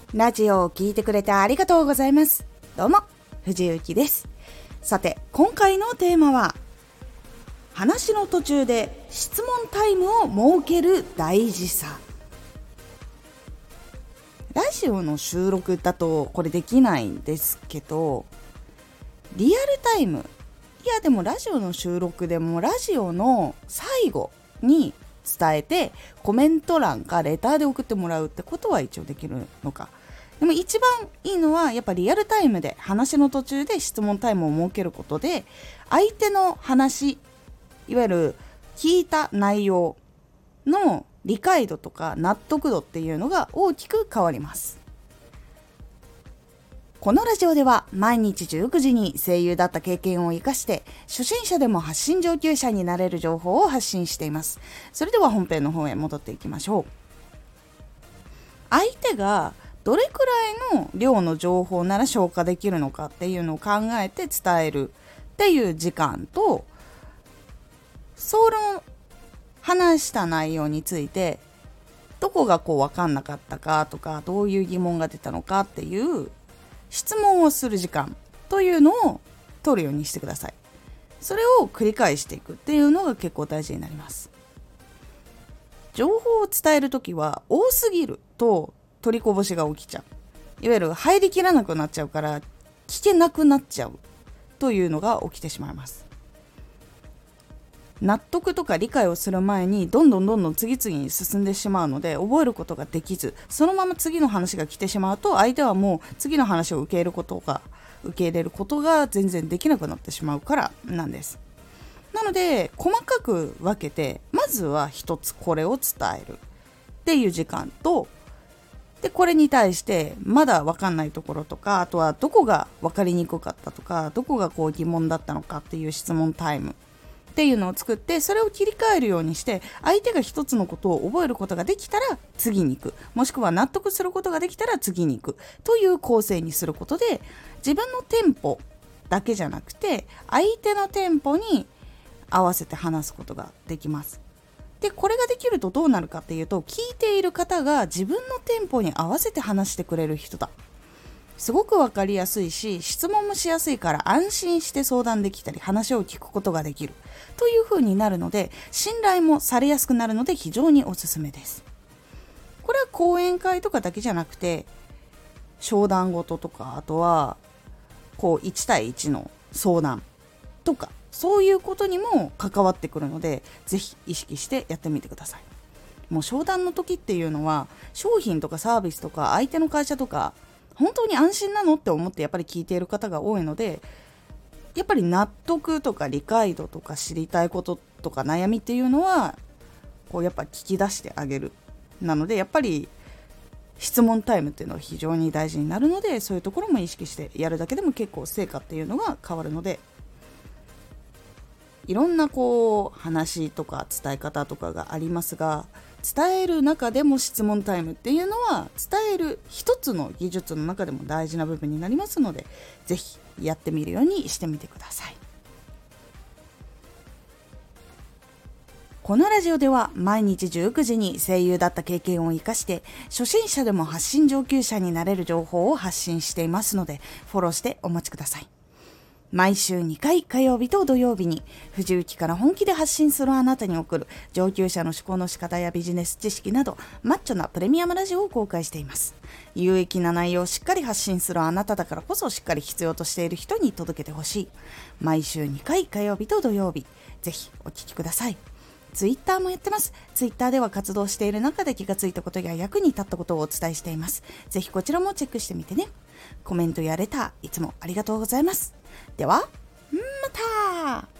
ラジオを聞いてくれてありがとうございます。どうも藤幸です。さて、今回のテーマは話の途中で質問タイムを設ける大事さ。ラジオの収録だとこれできないんですけど、リアルタイム、でもラジオの収録でもラジオの最後に伝えてコメント欄かレターで送ってもらうってことは一応できるのか。でも一番いいのはやっぱリアルタイムで話の途中で質問タイムを設けることで、相手の話、いわゆる聞いた内容の理解度とか納得度っていうのが大きく変わります。このラジオでは毎日19時に声優だった経験を生かして初心者でも発信上級者になれる情報を発信しています。それでは本編の方へ戻っていきましょう。相手がどれくらいの量の情報なら消化できるのかっていうのを考えて伝えるっていう時間と、その話した内容についてどこが分かんなかったかとか、どういう疑問が出たのかっていう質問をする時間というのを取るようにしてください。それを繰り返していくっていうのが結構大事になります。情報を伝えるときは多すぎると取りこぼしが起きちゃう。いわゆる入りきらなくなっちゃうから聞けなくなっちゃうというのが起きてしまいます。納得とか理解をする前にどんどん次々に進んでしまうので、覚えることができず、そのまま次の話が来てしまうと、相手はもう次の話を受け入れることが全然できなくなってしまうからなんです。なので細かく分けて、まずは一つこれを伝えるっていう時間と、でこれに対してまだ分かんないところとか、あとはどこが分かりにくかったとか、どこが疑問だったのかっていう質問タイムっていうのを作って、それを切り替えるようにして、相手が一つのことを覚えることができたら次に行く、もしくは納得することができたら次に行くという構成にすることで、自分のテンポだけじゃなくて相手のテンポに合わせて話すことができます。でこれができるとどうなるかっていうと、聞いている方が自分のテンポに合わせて話してくれる人だ、すごくわかりやすいし、質問もしやすいから安心して相談できたり話を聞くことができるという風になるので、信頼もされやすくなるので非常におすすめです。これは講演会とかだけじゃなくて、商談事とか、あとは1対1の相談とか、そういうことにも関わってくるので、ぜひ意識してやってみてください。もう商談の時っていうのは、商品とかサービスとか相手の会社とか本当に安心なのって思ってやっぱり聞いている方が多いので、やっぱり納得とか理解度とか知りたいこととか悩みっていうのはやっぱ聞き出してあげる。なのでやっぱり質問タイムっていうのは非常に大事になるので、そういうところも意識してやるだけでも結構成果っていうのが変わるので、いろんな話とか伝え方とかがありますが、伝える中でも質問タイムっていうのは伝える一つの技術の中でも大事な部分になりますので、ぜひやってみるようにしてみてください。このラジオでは毎日19時に声優だった経験を生かして初心者でも発信上級者になれる情報を発信していますので、フォローしてお待ちください。毎週2回、火曜日と土曜日に藤雪から本気で発信するあなたに送る上級者の思考の仕方やビジネス知識などマッチョなプレミアムラジオを公開しています。有益な内容をしっかり発信するあなただからこそ、しっかり必要としている人に届けてほしい。毎週2回、火曜日と土曜日、ぜひお聞きください。ツイッターもやってます。ツイッターでは活動している中で気がついたことや役に立ったことをお伝えしています。ぜひこちらもチェックしてみてね。コメントやレターいつもありがとうございます。ではまた。